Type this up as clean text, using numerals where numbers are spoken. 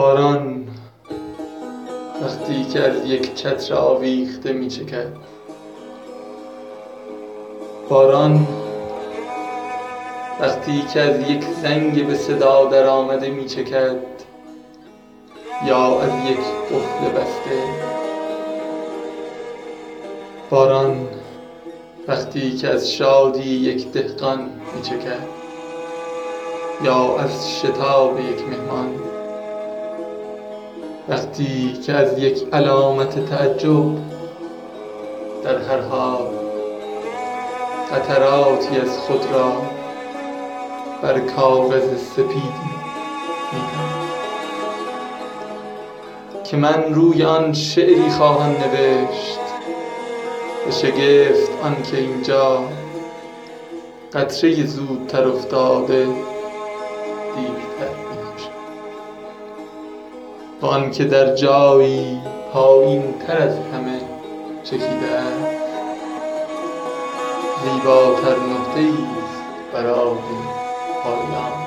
باران وقتی که از یک چتر آویخته می چکد، باران وقتی که از یک زنگ به صدا در آمده می چکد یا از یک قفل بسته، باران وقتی که از شادی یک دهقان می چکد یا از شتاب یک مهمان، وقتی که از یک علامت تعجب در هر حال قطراتی از خود را بر کاغذ سپید می‌دهد که من روی آن شعری خواهم نوشت و شگفت آن که اینجا قطره زودتر افتاده دیرتر می‌کشد، و آن که در جایی پایین تر از همه چکیده است زیباتر نقطه‌ای است برای پایان.